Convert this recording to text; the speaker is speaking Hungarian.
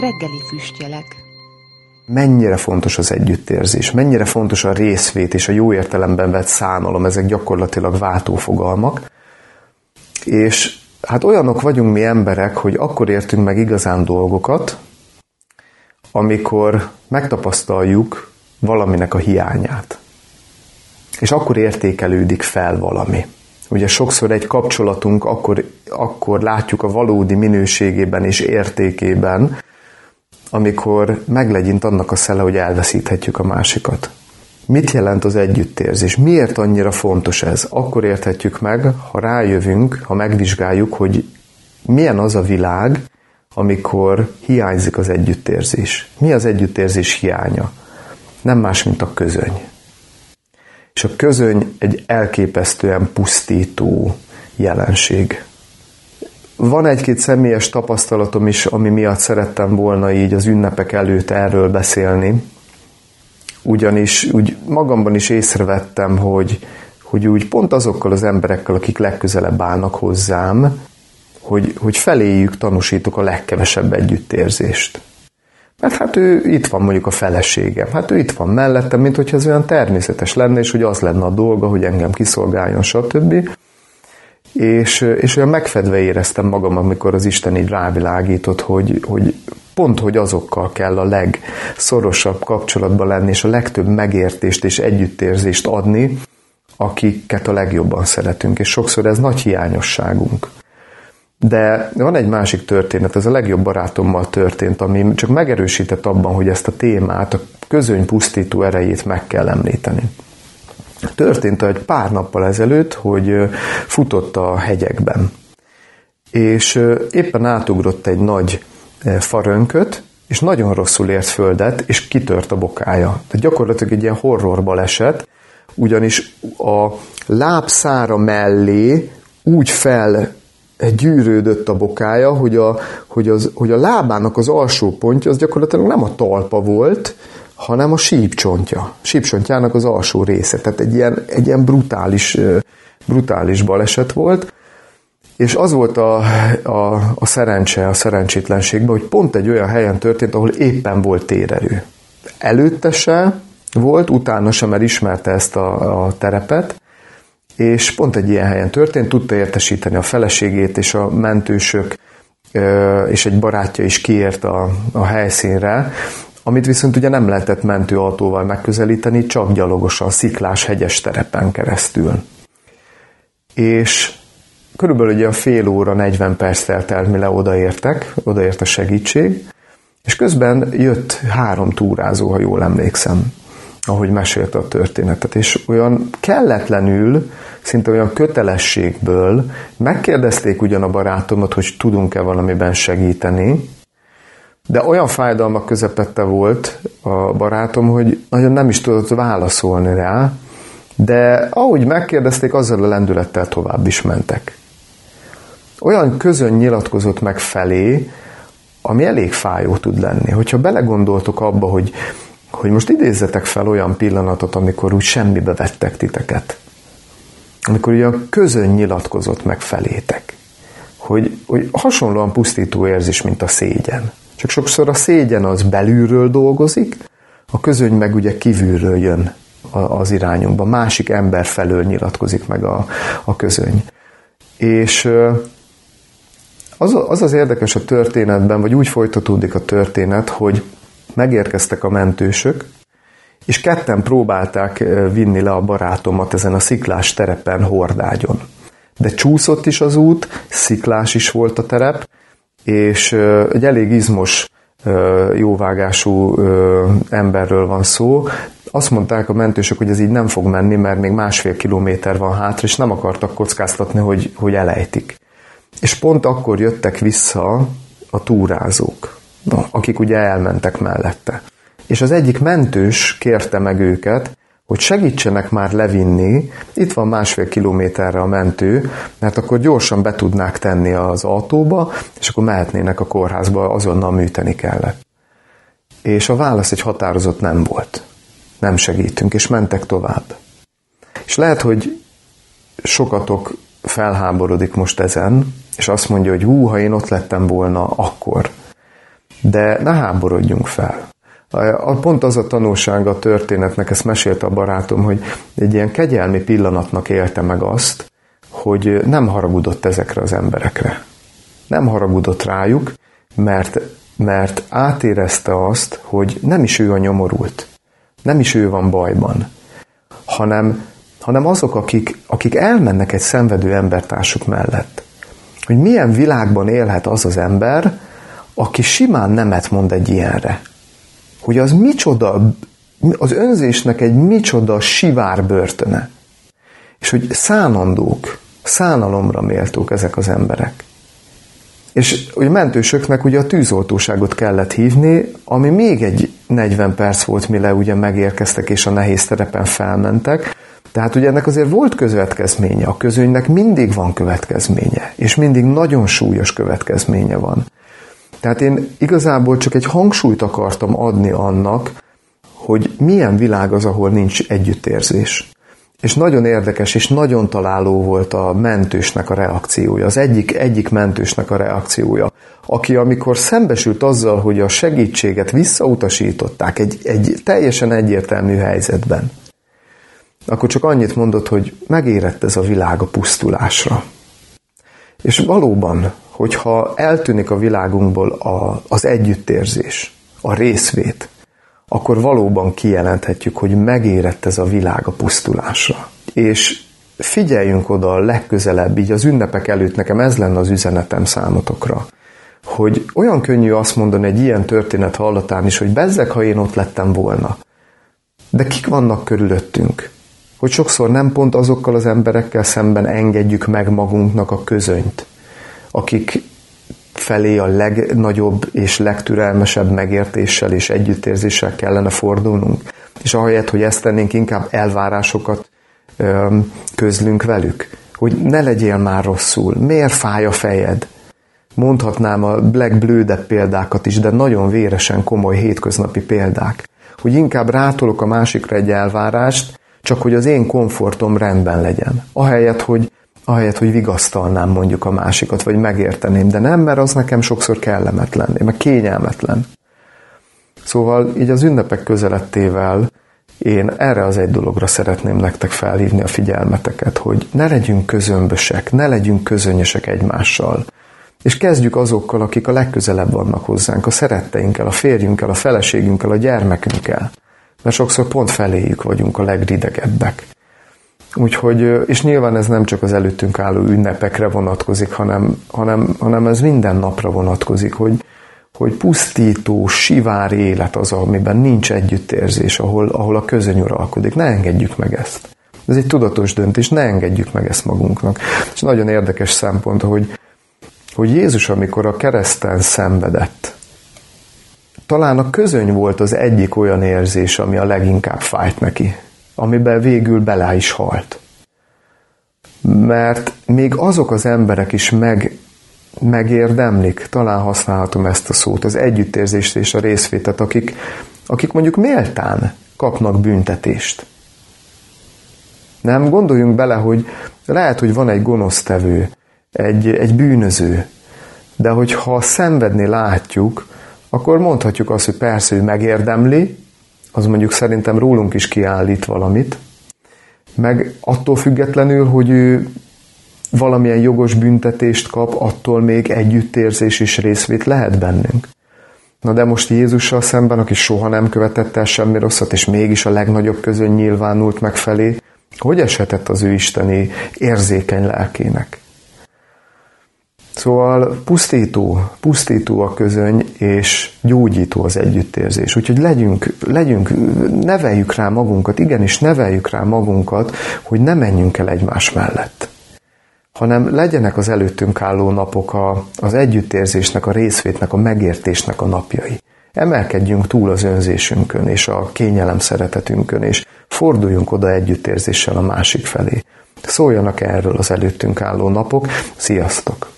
Reggeli füstjelek. Mennyire fontos az együttérzés, mennyire fontos a részvét és a jó értelemben vett szánalom, ezek gyakorlatilag váltófogalmak. És hát olyanok vagyunk mi emberek, hogy akkor értünk meg igazán dolgokat, amikor megtapasztaljuk valaminek a hiányát. És akkor értékelődik fel valami. Ugye sokszor egy kapcsolatunk akkor látjuk a valódi minőségében és értékében, amikor meglegyint annak a szele, hogy elveszíthetjük a másikat. Mit jelent az együttérzés? Miért annyira fontos ez? Akkor érthetjük meg, ha rájövünk, ha megvizsgáljuk, hogy milyen az a világ, amikor hiányzik az együttérzés. Mi az együttérzés hiánya? Nem más, mint a közöny. És a közöny egy elképesztően pusztító jelenség. Van egy-két személyes tapasztalatom is, ami miatt szerettem volna így az ünnepek előtt erről beszélni. Ugyanis úgy magamban is észrevettem, hogy úgy pont azokkal az emberekkel, akik legközelebb állnak hozzám, hogy feléjük tanúsítok a legkevesebb együttérzést. Mert hát ő itt van mondjuk a feleségem, hát ő itt van mellettem, mint hogyha ez olyan természetes lenne, és hogy az lenne a dolga, hogy engem kiszolgáljon, stb. És olyan megfedve éreztem magam, amikor az Isten így rávilágított, hogy pont, hogy azokkal kell a legszorosabb kapcsolatban lenni, és a legtöbb megértést és együttérzést adni, akiket a legjobban szeretünk, és sokszor ez nagy hiányosságunk. De van egy másik történet, ez a legjobb barátommal történt, ami csak megerősített abban, hogy ezt a témát, a közöny pusztító erejét meg kell említeni. Történt egy pár nappal ezelőtt, hogy futott a hegyekben, és éppen átugrott egy nagy farönköt, és nagyon rosszul ért földet, és kitört a bokája. Tehát gyakorlatilag egy ilyen horror baleset, ugyanis a lábszára mellé úgy gyűrődött a bokája, hogy a lábának az alsó pontja az gyakorlatilag nem a talpa volt, hanem a sípcsontjának az alsó része. Tehát egy ilyen brutális baleset volt, és az volt a szerencse, a szerencsétlenségben, hogy pont egy olyan helyen történt, ahol éppen volt térerő. Előtte se volt, utána sem, mert ismerte ezt a terepet, és pont egy ilyen helyen történt, tudta értesíteni a feleségét, és a mentősök, és egy barátja is kiért a helyszínre, amit viszont ugye nem lehetett mentőautóval megközelíteni, csak gyalogosan, sziklás, hegyes terepen keresztül. És körülbelül olyan fél óra, 40 perc telt el, mire odaért a segítség, és közben jött 3 túrázó, ha jól emlékszem, ahogy mesélte a történetet, és olyan kelletlenül, szinte olyan kötelességből megkérdezték ugyan a barátomat, hogy tudunk-e valamiben segíteni, de olyan fájdalmak közepette volt a barátom, hogy nagyon nem is tudott válaszolni rá, de ahogy megkérdezték, azzal a lendülettel tovább is mentek. Olyan közön nyilatkozott meg felé, ami elég fájó tud lenni. Hogyha belegondoltok abba, hogy most idézzetek fel olyan pillanatot, amikor úgy semmibe vettek titeket. Amikor olyan közön nyilatkozott meg felétek. Hogy hasonlóan pusztító érzés, mint a szégyen. Csak sokszor a szégyen az belülről dolgozik, a közöny meg ugye kívülről jön az irányunkba. Másik ember felől nyilatkozik meg a közöny. És az érdekes a történetben, vagy úgy folytatódik a történet, hogy megérkeztek a mentősök, és ketten próbálták vinni le a barátomat ezen a sziklás terepen hordágyon. De csúszott is az út, sziklás is volt a terep, és egy elég izmos, jóvágású emberről van szó. Azt mondták a mentősök, hogy ez így nem fog menni, mert még 1,5 kilométer van hátra, és nem akartak kockáztatni, hogy elejtik. És pont akkor jöttek vissza a túrázók, akik ugye elmentek mellette. És az egyik mentős kérte meg őket, hogy segítsenek már levinni, itt van 1,5 kilométerre a mentő, mert akkor gyorsan be tudnák tenni az autóba, és akkor mehetnének a kórházba, azonnal műteni kellett. És a válasz egy határozott nem volt. Nem segítünk, és mentek tovább. És lehet, hogy sokatok felháborodik most ezen, és azt mondja, hogy ha én ott lettem volna, akkor. de ne háborodjunk fel. Pont az a tanulsága a történetnek, ezt mesélte a barátom, hogy egy ilyen kegyelmi pillanatnak élte meg azt, hogy nem haragudott ezekre az emberekre. Nem haragudott rájuk, mert átérezte azt, hogy nem is ő a nyomorult, nem is ő van bajban, hanem azok, akik elmennek egy szenvedő embertársuk mellett. Hogy milyen világban élhet az az ember, aki simán nemet mond egy ilyenre. Hogy az micsoda, az önzésnek egy micsoda sivár börtöne. És hogy szánandók, szánalomra méltók ezek az emberek. És hogy mentősöknek ugye a tűzoltóságot kellett hívni, ami még egy 40 perc volt, mire ugye megérkeztek és a nehéz terepen felmentek. Tehát ugye ennek azért volt következménye, a közönynek mindig van következménye, és mindig nagyon súlyos következménye van. Tehát én igazából csak egy hangsúlyt akartam adni annak, hogy milyen világ az, ahol nincs együttérzés. És nagyon érdekes és nagyon találó volt a mentősnek a reakciója, az egyik mentősnek a reakciója, aki amikor szembesült azzal, hogy a segítséget visszautasították egy teljesen egyértelmű helyzetben, akkor csak annyit mondott, hogy megérett ez a világ a pusztulásra. És valóban, hogyha eltűnik a világunkból az együttérzés, a részvét, akkor valóban kijelenthetjük, hogy megérett ez a világ a pusztulásra. És figyeljünk oda a legközelebb, így az ünnepek előtt, nekem ez lenne az üzenetem számotokra, hogy olyan könnyű azt mondani egy ilyen történet hallatán is, hogy bezzeg, ha én ott lettem volna. De kik vannak körülöttünk? Hogy sokszor nem pont azokkal az emberekkel szemben engedjük meg magunknak a közönyt, akik felé a legnagyobb és legtürelmesebb megértéssel és együttérzéssel kellene fordulnunk. És ahelyett, hogy ezt tennénk, inkább elvárásokat közlünk velük. Hogy ne legyél már rosszul, miért fáj a fejed? Mondhatnám a legblődebb példákat is, de nagyon véresen komoly hétköznapi példák. Hogy inkább rátolok a másikra egy elvárást, csak hogy az én komfortom rendben legyen. Ahelyett, hogy vigasztalnám mondjuk a másikat, vagy megérteném, de nem, mert az nekem sokszor kellemetlen, meg kényelmetlen. Szóval így az ünnepek közelettével én erre az egy dologra szeretném nektek felhívni a figyelmeteket, hogy ne legyünk közömbösek, ne legyünk közönyösek egymással. És kezdjük azokkal, akik a legközelebb vannak hozzánk, a szeretteinkkel, a férjünkkel, a feleségünkkel, a gyermekünkkel. Mert sokszor pont feléjük vagyunk a legridegebbek. Úgyhogy, és nyilván ez nem csak az előttünk álló ünnepekre vonatkozik, hanem ez minden napra vonatkozik, hogy pusztító, sivár élet az, amiben nincs együttérzés, ahol a közöny uralkodik. Ne engedjük meg ezt. Ez egy tudatos döntés, ne engedjük meg ezt magunknak. És nagyon érdekes szempont, hogy Jézus, amikor a kereszten szenvedett, talán a közöny volt az egyik olyan érzés, ami a leginkább fájt neki, amiben végül bele is halt. Mert még azok az emberek is megérdemlik, talán használhatom ezt a szót, az együttérzést és a részvétet, akik mondjuk méltán kapnak büntetést. Nem? Gondoljunk bele, hogy lehet, hogy van egy gonosztevő, egy bűnöző, de hogyha szenvedni látjuk, akkor mondhatjuk azt, hogy persze, hogy megérdemli, az mondjuk szerintem rólunk is kiállít valamit, meg attól függetlenül, hogy ő valamilyen jogos büntetést kap, attól még együttérzés és részvét lehet bennünk. Na de most Jézussal szemben, aki soha nem követett el semmi rosszat, és mégis a legnagyobb közön nyilvánult meg felé, hogy eshetett az ő isteni érzékeny lelkének? Szóval pusztító a közöny, és gyógyító az együttérzés. Úgyhogy neveljük rá magunkat, igenis neveljük rá magunkat, hogy ne menjünk el egymás mellett. Hanem legyenek az előttünk álló napok az együttérzésnek, a részvétnek, a megértésnek a napjai. Emelkedjünk túl az önzésünkön és a kényelem szeretetünkön, és forduljunk oda együttérzéssel a másik felé. Szóljanak erről az előttünk álló napok. Sziasztok!